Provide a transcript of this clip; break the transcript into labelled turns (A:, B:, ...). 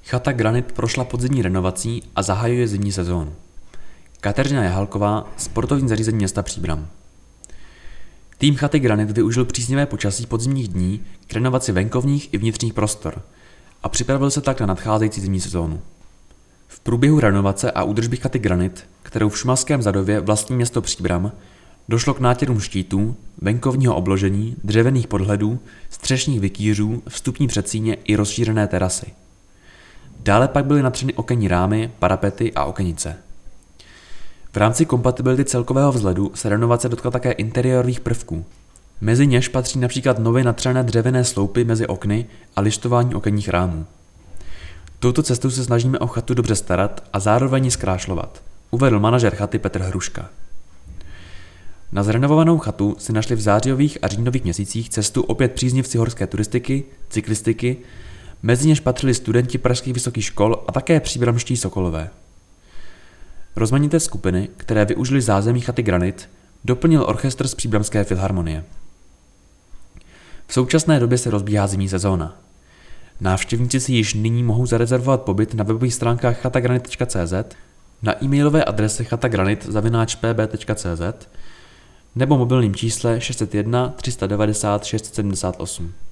A: Chata Granit prošla podzimní renovací a zahajuje zimní sezónu. Kateřina Jahalková, sportovní zařízení města Příbram. Tým chaty Granit využil příznivé počasí podzimních dní k renovaci venkovních i vnitřních prostor a připravil se tak na nadcházející zimní sezónu. V průběhu renovace a údržby chaty Granit, kterou v Šumavském Zadově vlastní město Příbram, došlo k nátěrům štítů, venkovního obložení, dřevěných podhledů, střešních vykýřů, vstupní předsíně i rozšířené terasy. Dále pak byly natřeny okenní rámy, parapety a okenice. V rámci kompatibility celkového vzhledu se renovace dotkla také interiérových prvků. Mezi něž patří například nově natřené dřevěné sloupy mezi okny a lištování okenních rámů. Touto cestou se snažíme o chatu dobře starat a zároveň ji zkrášlovat, uvedl manažer chaty Petr Hruška. Na zrenovovanou chatu si našli v zářijových a říjnových měsících cestu opět příznivci horské turistiky, cyklistiky, mezi něž patřili studenti pražských vysokých škol a také příbramští sokolové. Rozmanité skupiny, které využili zázemí chaty Granit, doplnil orchestr z Příbramské filharmonie. V současné době se rozbíhá zimní sezóna. Návštěvníci si již nyní mohou zarezervovat pobyt na webových stránkách chatagranit.cz, na e-mailové adrese chatagranit@pb.cz nebo mobilním čísle 601 390 678.